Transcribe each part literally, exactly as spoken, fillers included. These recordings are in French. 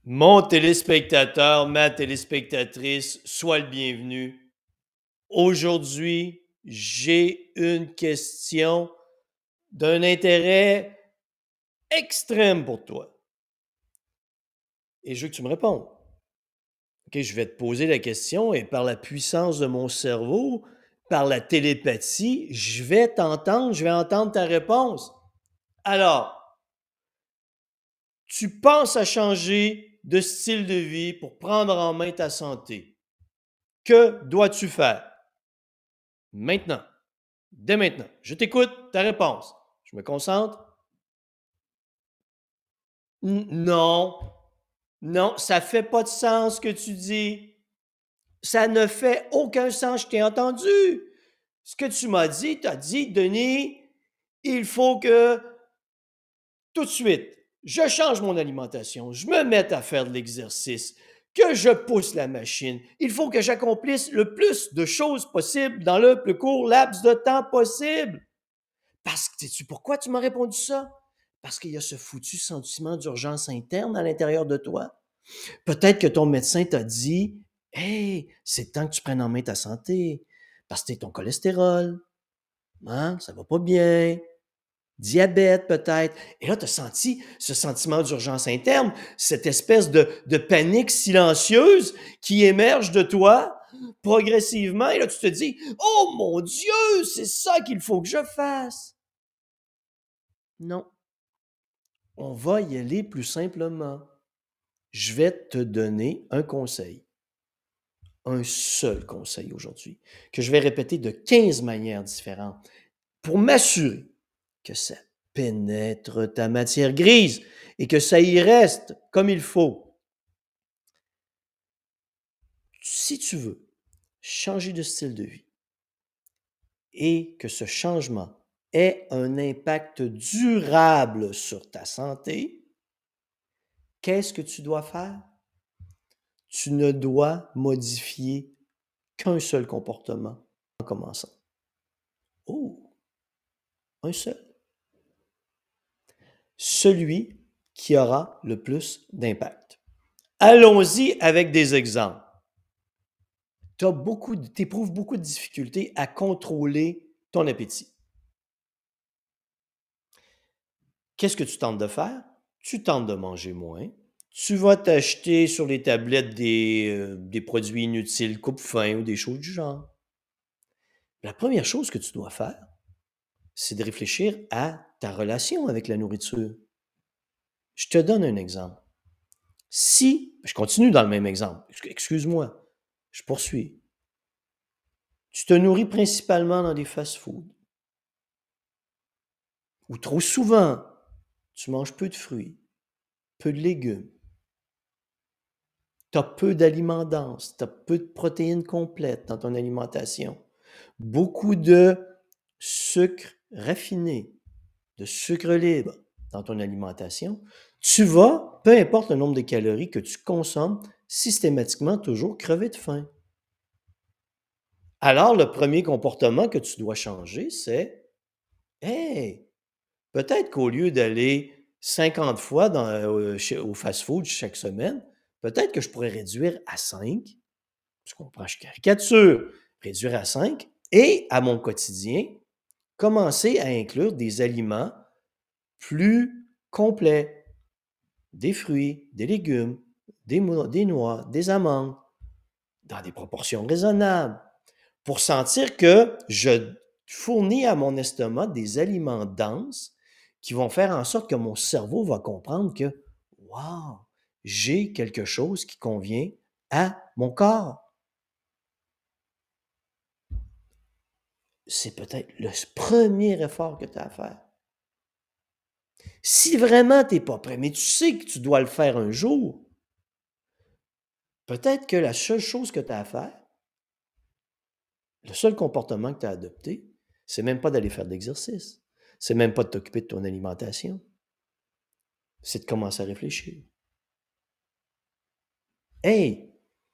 Mon téléspectateur, ma téléspectatrice, sois le bienvenu. Aujourd'hui, j'ai une question d'un intérêt extrême pour toi. Et je veux que tu me répondes. OK, je vais te poser la question et par la puissance de mon cerveau, par la télépathie, je vais t'entendre, je vais entendre ta réponse. Alors, tu penses à changer de style de vie pour prendre en main ta santé. Que dois-tu faire? Maintenant. Dès maintenant. Je t'écoute, ta réponse. Je me concentre. N- non, non, ça fait pas de sens ce que tu dis. Ça ne fait aucun sens, je t'ai entendu. Ce que tu m'as dit, tu as dit, Denis, il faut que tout de suite, je change mon alimentation, je me mette à faire de l'exercice, que je pousse la machine. Il faut que j'accomplisse le plus de choses possible dans le plus court laps de temps possible. Parce que, sais-tu pourquoi tu m'as répondu ça? Parce qu'il y a ce foutu sentiment d'urgence interne à l'intérieur de toi. Peut-être que ton médecin t'a dit, hey, c'est temps que tu prennes en main ta santé. Parce que t'es ton cholestérol, hein, ça va pas bien. Diabète peut-être. Et là, tu as senti ce sentiment d'urgence interne, cette espèce de, de panique silencieuse qui émerge de toi progressivement. Et là, tu te dis, oh mon Dieu, c'est ça qu'il faut que je fasse. Non, on va y aller plus simplement. Je vais te donner un conseil, un seul conseil aujourd'hui, que je vais répéter de quinze manières différentes pour m'assurer que ça pénètre ta matière grise et que ça y reste comme il faut. Si tu veux changer de style de vie et que ce changement ait un impact durable sur ta santé, qu'est-ce que tu dois faire? Tu ne dois modifier qu'un seul comportement en commençant. Oh, un seul. Celui qui aura le plus d'impact. Allons-y avec des exemples. Tu éprouves beaucoup de difficultés à contrôler ton appétit. Qu'est-ce que tu tentes de faire? Tu tentes de manger moins. Tu vas t'acheter sur les tablettes des, euh, des produits inutiles, coupe-faim ou des choses du genre. La première chose que tu dois faire, c'est de réfléchir à ta relation avec la nourriture. Je te donne un exemple. Si, je continue dans le même exemple, excuse-moi, je poursuis. Tu te nourris principalement dans des fast-foods, ou trop souvent, tu manges peu de fruits, peu de légumes, tu as peu d'aliments denses, tu as peu de protéines complètes dans ton alimentation, beaucoup de sucre raffiné, de sucre libre dans ton alimentation, tu vas, peu importe le nombre de calories que tu consommes, systématiquement toujours crever de faim. Alors, le premier comportement que tu dois changer, c'est hey, peut-être qu'au lieu d'aller cinquante fois dans, euh, chez- au fast-food chaque semaine, peut-être que je pourrais réduire à cinq. Tu comprends, je caricature. Réduire à cinq et à mon quotidien, commencer à inclure des aliments plus complets, des fruits, des légumes, des, mo- des noix, des amandes, dans des proportions raisonnables, pour sentir que je fournis à mon estomac des aliments denses qui vont faire en sorte que mon cerveau va comprendre que, wow, j'ai quelque chose qui convient à mon corps. C'est peut-être le premier effort que tu as à faire. Si vraiment tu n'es pas prêt, mais tu sais que tu dois le faire un jour, peut-être que la seule chose que tu as à faire, le seul comportement que tu as adopté, c'est même pas d'aller faire de l'exercice. C'est même pas de t'occuper de ton alimentation. C'est de commencer à réfléchir. Hey,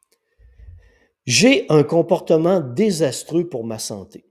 j'ai un comportement désastreux pour ma santé.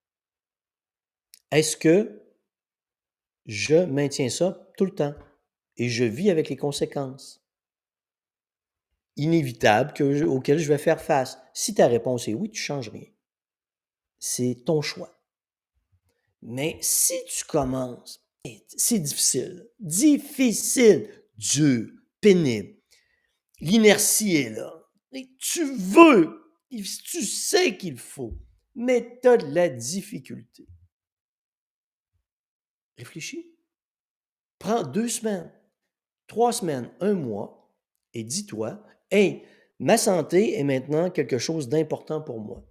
Est-ce que je maintiens ça tout le temps? et je vis avec les conséquences inévitables que je auxquelles je vais faire face. Si ta réponse est oui, tu changes rien. C'est ton choix. Mais si tu commences, et c'est difficile, difficile, dur, pénible, l'inertie est là, et tu veux, et tu sais qu'il faut, mais tu as de la difficulté. Réfléchis. Prends deux semaines, trois semaines, un mois, et dis-toi, hey, ma santé est maintenant quelque chose d'important pour moi.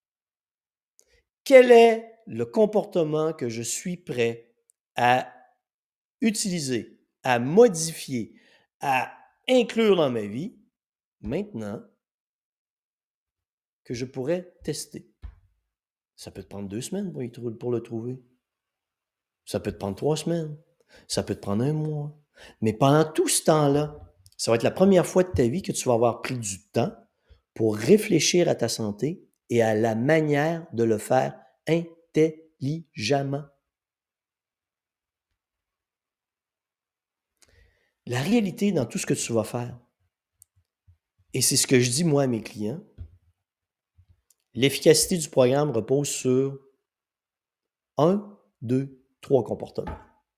Quel est le comportement que je suis prêt à utiliser, à modifier, à inclure dans ma vie maintenant que je pourrais tester? Ça peut te prendre deux semaines pour, y trou- pour le trouver. Ça peut te prendre trois semaines. Ça peut te prendre un mois. Mais pendant tout ce temps-là, ça va être la première fois de ta vie que tu vas avoir pris du temps pour réfléchir à ta santé et à la manière de le faire intelligemment. La réalité dans tout ce que tu vas faire, et c'est ce que je dis moi à mes clients, l'efficacité du programme repose sur un, deux, trois comportements.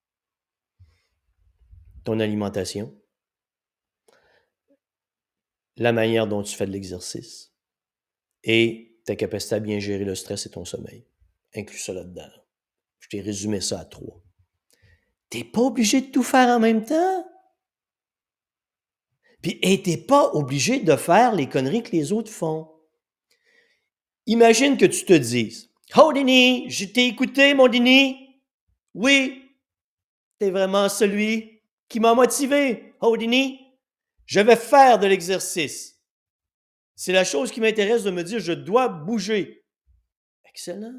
Ton alimentation, la manière dont tu fais de l'exercice et ta capacité à bien gérer le stress et ton sommeil. Inclus ça là-dedans. Je t'ai résumé ça à trois. Tu n'es pas obligé de tout faire en même temps. Puis, tu n'es pas obligé de faire les conneries que les autres font. Imagine que tu te dises, « Oh, Denis, je t'ai écouté, mon Denis. Oui, tu es vraiment celui qui m'a motivé. Oh, Denis, je vais faire de l'exercice. C'est la chose qui m'intéresse de me dire, je dois bouger. » Excellent.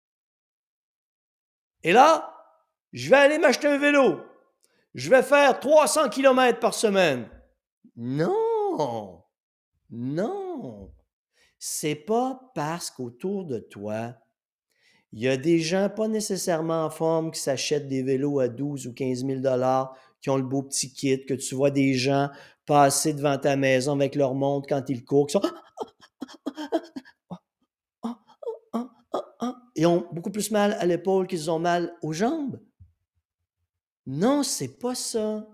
Et là, je vais aller m'acheter un vélo. Je vais faire trois cents kilomètres par semaine. Non, non. C'est pas parce qu'autour de toi, il y a des gens pas nécessairement en forme qui s'achètent des vélos à douze ou quinze mille dollars, qui ont le beau petit kit, que tu vois des gens passer devant ta maison avec leur montre quand ils courent, qui sont ils ont beaucoup plus mal à l'épaule qu'ils ont mal aux jambes. Non, c'est pas ça.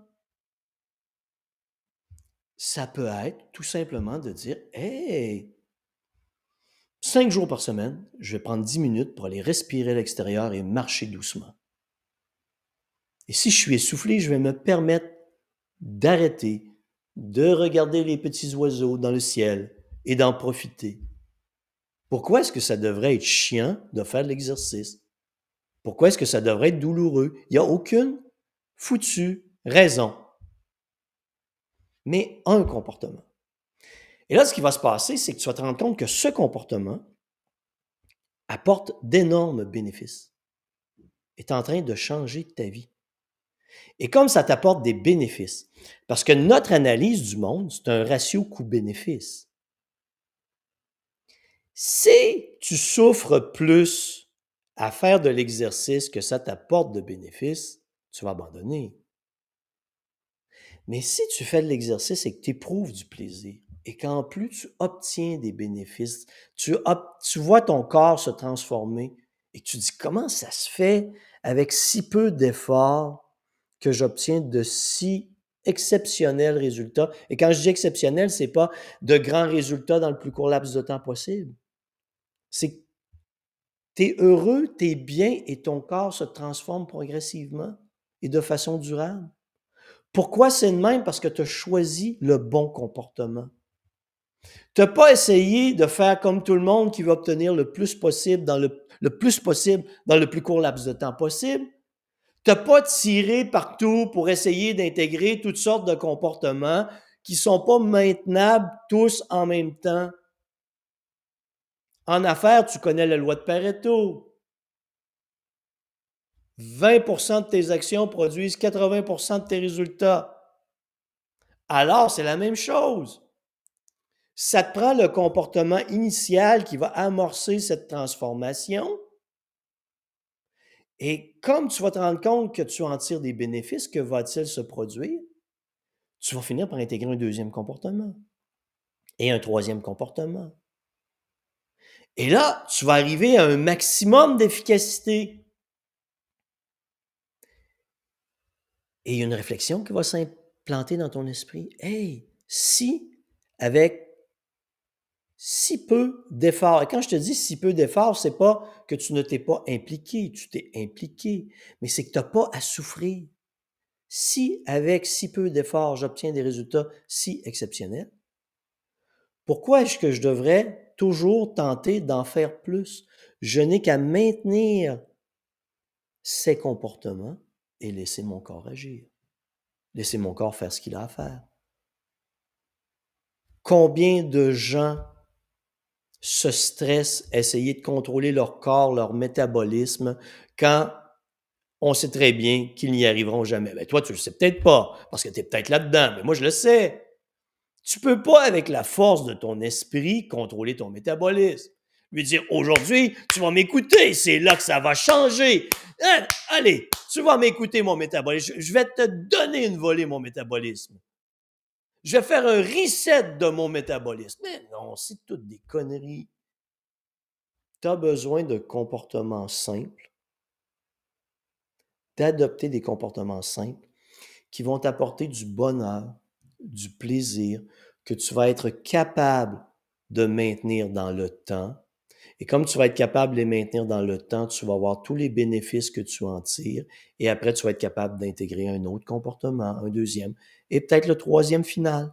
Ça peut être tout simplement de dire, hey, cinq jours par semaine, je vais prendre dix minutes pour aller respirer à l'extérieur et marcher doucement. Et si je suis essoufflé, je vais me permettre d'arrêter, de regarder les petits oiseaux dans le ciel et d'en profiter. Pourquoi est-ce que ça devrait être chiant de faire de l'exercice? Pourquoi est-ce que ça devrait être douloureux? Il n'y a aucune foutue raison. Mais un comportement. Et là, ce qui va se passer, c'est que tu vas te rendre compte que ce comportement apporte d'énormes bénéfices, est en train de changer ta vie. Et comme ça t'apporte des bénéfices, parce que notre analyse du monde, c'est un ratio coût-bénéfice. Si tu souffres plus à faire de l'exercice que ça t'apporte de bénéfices, tu vas abandonner. Mais si tu fais de l'exercice et que tu éprouves du plaisir, et qu'en plus tu obtiens des bénéfices, tu, tu vois ton corps se transformer, et tu dis comment ça se fait avec si peu d'efforts que j'obtiens de si exceptionnels résultats. Et quand je dis exceptionnel, c'est pas de grands résultats dans le plus court laps de temps possible. C'est que tu es heureux, tu es bien et ton corps se transforme progressivement et de façon durable. Pourquoi c'est de même? Parce que tu as choisi le bon comportement. Tu n'as pas essayé de faire comme tout le monde qui veut obtenir le plus possible dans le, le plus possible dans le plus court laps de temps possible. Tu n'as pas tiré partout pour essayer d'intégrer toutes sortes de comportements qui ne sont pas maintenables tous en même temps. En affaires, tu connais la loi de Pareto. vingt pour cent de tes actions produisent quatre-vingts pour cent de tes résultats. Alors, c'est la même chose. Ça te prend le comportement initial qui va amorcer cette transformation. Et comme tu vas te rendre compte que tu en tires des bénéfices, que va-t-il se produire? tu vas finir par intégrer un deuxième comportement et un troisième comportement. Et là, tu vas arriver à un maximum d'efficacité. Et il y a une réflexion qui va s'implanter dans ton esprit. Hey, si, avec si peu d'efforts, et quand je te dis si peu d'efforts, c'est pas que tu ne t'es pas impliqué, tu t'es impliqué, mais c'est que tu n'as pas à souffrir. Si, avec si peu d'efforts, j'obtiens des résultats si exceptionnels, pourquoi est-ce que je devrais toujours tenter d'en faire plus? Je n'ai qu'à maintenir ces comportements et laisser mon corps agir. Laisser mon corps faire ce qu'il a à faire. Combien de gens se stressent à essayer de contrôler leur corps, leur métabolisme, quand on sait très bien qu'ils n'y arriveront jamais? Ben toi, tu le sais peut-être pas, parce que tu es peut-être là-dedans, mais moi, je le sais. Tu peux pas, avec la force de ton esprit, contrôler ton métabolisme. Lui dire, aujourd'hui, tu vas m'écouter, c'est là que ça va changer. Hein? Allez, tu vas m'écouter, mon métabolisme. Je vais te donner une volée, mon métabolisme. Je vais faire un reset de mon métabolisme. Mais non, c'est toutes des conneries. Tu as besoin de comportements simples, d'adopter des comportements simples qui vont t'apporter du bonheur, du plaisir, que tu vas être capable de maintenir dans le temps. Et comme tu vas être capable de les maintenir dans le temps, tu vas avoir tous les bénéfices que tu en tires. Et après, tu vas être capable d'intégrer un autre comportement, un deuxième, et peut-être le troisième final.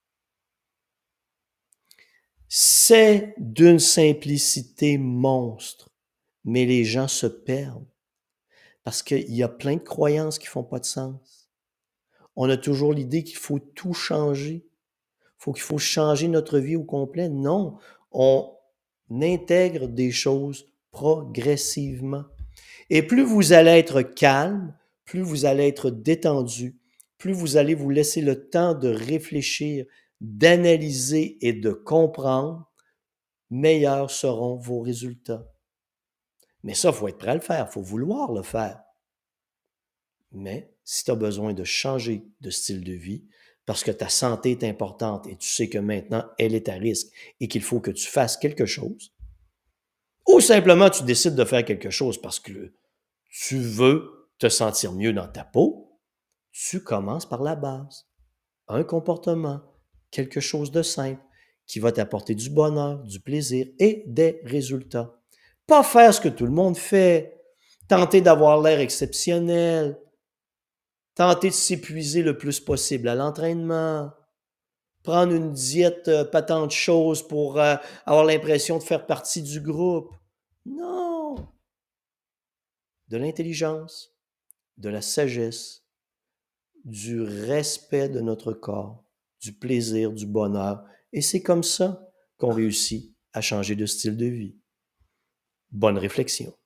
C'est d'une simplicité monstre, mais les gens se perdent parce qu'il y a plein de croyances qui font pas de sens. On a toujours l'idée qu'il faut tout changer. Faut qu'il faut changer notre vie au complet. Non, on intègre des choses progressivement. Et plus vous allez être calme, plus vous allez être détendu, plus vous allez vous laisser le temps de réfléchir, d'analyser et de comprendre, meilleurs seront vos résultats. Mais ça, il faut être prêt à le faire, il faut vouloir le faire. Mais si tu as besoin de changer de style de vie, parce que ta santé est importante et tu sais que maintenant, elle est à risque et qu'il faut que tu fasses quelque chose, ou simplement tu décides de faire quelque chose parce que tu veux te sentir mieux dans ta peau, tu commences par la base. Un comportement, quelque chose de simple qui va t'apporter du bonheur, du plaisir et des résultats. Pas faire ce que tout le monde fait, tenter d'avoir l'air exceptionnel, tenter de s'épuiser le plus possible à l'entraînement, prendre une diète euh, pas tant de choses pour euh, avoir l'impression de faire partie du groupe. Non! De l'intelligence, de la sagesse, du respect de notre corps, du plaisir, du bonheur. Et c'est comme ça qu'on réussit à changer de style de vie. Bonne réflexion.